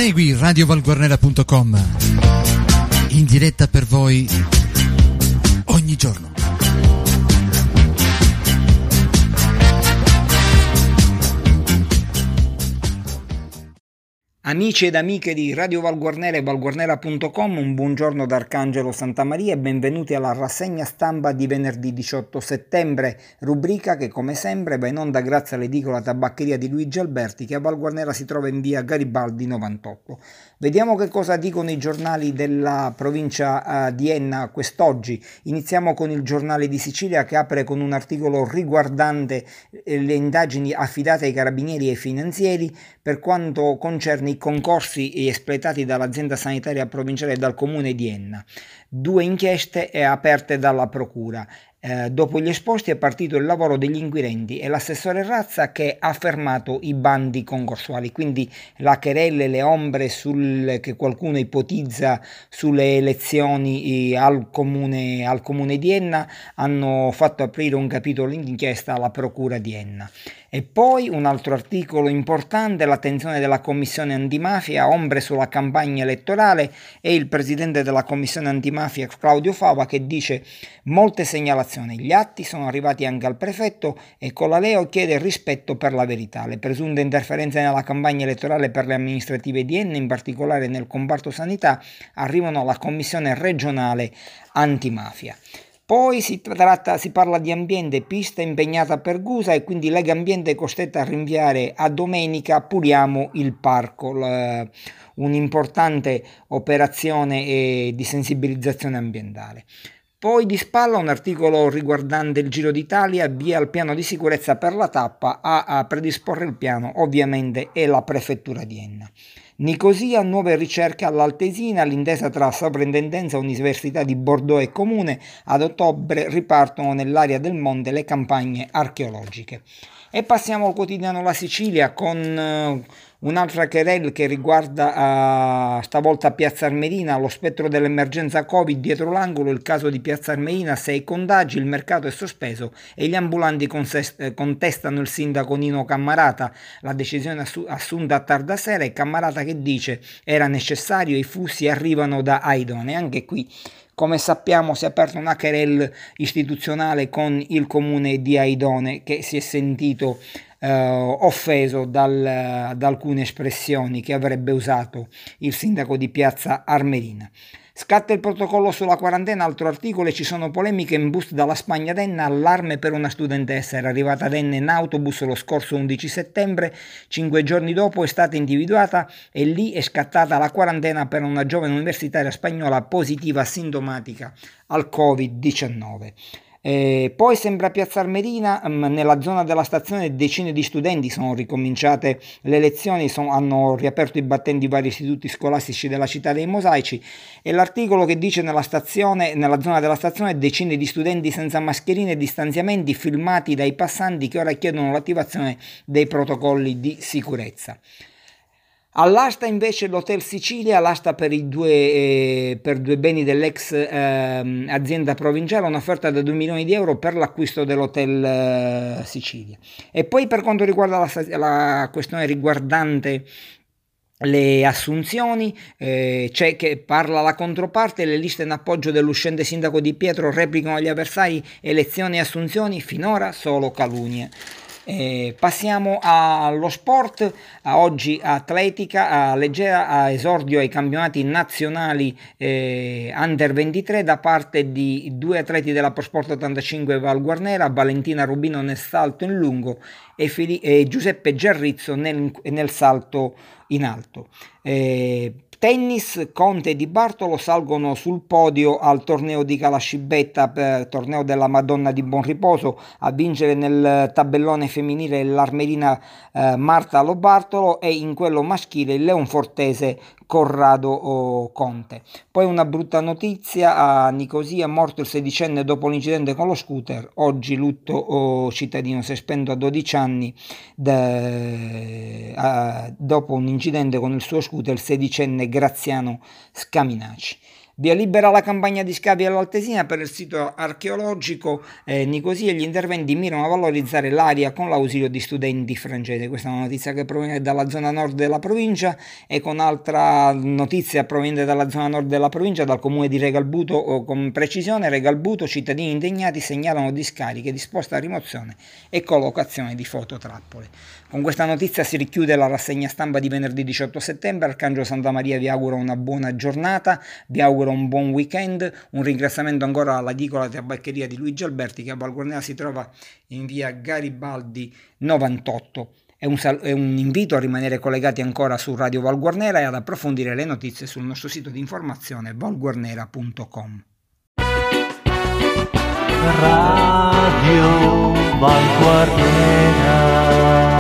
Segui radiovalguarnera.com in diretta per voi ogni giorno. Amici ed amiche di Radio Valguarnera e valguarnera.com, un buongiorno da Arcangelo Santamaria e benvenuti alla rassegna stampa di venerdì 18 settembre, rubrica che come sempre va in onda grazie all'edicola tabaccheria di Luigi Alberti che a Valguarnera si trova in via Garibaldi 98. Vediamo che cosa dicono i giornali della provincia di Enna quest'oggi. Iniziamo con il Giornale di Sicilia che apre con un articolo riguardante le indagini affidate ai carabinieri e ai finanzieri per quanto concerne i concorsi espletati dall'azienda sanitaria provinciale e dal comune di Enna. 2 inchieste aperte dalla procura. Dopo gli esposti è partito il lavoro degli inquirenti e l'assessore Razza che ha fermato i bandi concorsuali, quindi la querelle, le ombre che qualcuno ipotizza sulle elezioni al comune di Enna hanno fatto aprire un capitolo d'inchiesta alla procura di Enna. E poi un altro articolo importante, l'attenzione della commissione antimafia, ombre sulla campagna elettorale, e il presidente della commissione antimafia Claudio Fava che dice molte segnalazioni, gli atti sono arrivati anche al prefetto e Colaleo chiede rispetto per la verità. Le presunte interferenze nella campagna elettorale per le amministrative di Enna, in particolare nel comparto sanità, arrivano alla commissione regionale antimafia. Poi si parla di ambiente, pista impegnata per Gusa e quindi Lega Ambiente è costretta a rinviare a domenica Puliamo il parco, un'importante operazione di sensibilizzazione ambientale. Poi di spalla un articolo riguardante il Giro d'Italia, via il piano di sicurezza per la tappa, a predisporre il piano ovviamente è la prefettura di Enna. Nicosia, nuove ricerche all'Altesina, l'intesa tra sovrintendenza, Università di Bordeaux e Comune, ad ottobre ripartono nell'area del monte le campagne archeologiche. E passiamo al quotidiano La Sicilia con un'altra querela che riguarda stavolta Piazza Armerina, lo spettro dell'emergenza Covid dietro l'angolo, il caso di Piazza Armerina, 6 contagi, il mercato è sospeso e gli ambulanti contestano il sindaco Nino Cammarata, la decisione assunta a tarda sera e Cammarata che dice era necessario, i flussi arrivano da Aidone. Anche qui come sappiamo si è aperta una querela istituzionale con il comune di Aidone che si è sentito offeso da alcune espressioni che avrebbe usato il sindaco di Piazza Armerina. Scatta il protocollo sulla quarantena, altro articolo, e ci sono polemiche in bus dalla Spagna ad Enna, allarme per una studentessa, era arrivata ad Enna in autobus lo scorso 11 settembre, 5 giorni dopo è stata individuata e lì è scattata la quarantena per una giovane universitaria spagnola positiva sintomatica al Covid-19. Poi sembra Piazza Armerina, nella zona della stazione decine di studenti, sono ricominciate le lezioni, hanno riaperto i battenti vari istituti scolastici della città dei mosaici e l'articolo che dice nella zona della stazione decine di studenti senza mascherine e distanziamenti filmati dai passanti che ora chiedono l'attivazione dei protocolli di sicurezza. All'asta invece l'Hotel Sicilia, l'asta per due beni dell'ex azienda provinciale, un'offerta da 2 milioni di euro per l'acquisto dell'Hotel Sicilia. E poi per quanto riguarda la questione riguardante le assunzioni, c'è che parla la controparte, le liste in appoggio dell'uscente sindaco Di Pietro replicano agli avversari, elezioni e assunzioni, finora solo calunnie. Passiamo allo sport, oggi atletica leggera, a esordio ai campionati nazionali Under 23 da parte di 2 atleti della ProSport 85 Valguarnera, Valentina Rubino nel salto in lungo e Giuseppe Giarrizzo nel salto in alto. Tennis, Conte e Di Bartolo salgono sul podio al torneo di Calascibetta, torneo della Madonna di Buon Riposo, a vincere nel tabellone femminile l'Armerina Marta Lobartolo e in quello maschile il leonfortese Corrado Conte. Poi una brutta notizia: a Nicosia morto il 16enne dopo l'incidente con lo scooter, oggi lutto cittadino, si è spento a 12 anni dopo un incidente con il suo scooter il 16enne Graziano Scaminaci. Via libera la campagna di scavi all'Altesina per il sito archeologico Nicosia. Gli interventi mirano a valorizzare l'area con l'ausilio di studenti francesi. Questa è una notizia che proviene dalla zona nord della provincia, e con altra notizia proveniente dalla zona nord della provincia, dal comune di Regalbuto, con precisione Regalbuto, cittadini indignati segnalano discariche disposte a rimozione e collocazione di fototrappole. Con questa notizia si richiude la rassegna stampa di venerdì 18 settembre. Arcangelo Santamaria vi augura una buona giornata, vi auguro un buon weekend. Un ringraziamento ancora alla edicola tabaccheria di Luigi Alberti, che a Val Guarnera si trova in via Garibaldi 98. È un invito a rimanere collegati ancora su Radio Val Guarnera e ad approfondire le notizie sul nostro sito di informazione valguarnera.com. Radio Val Guarnera.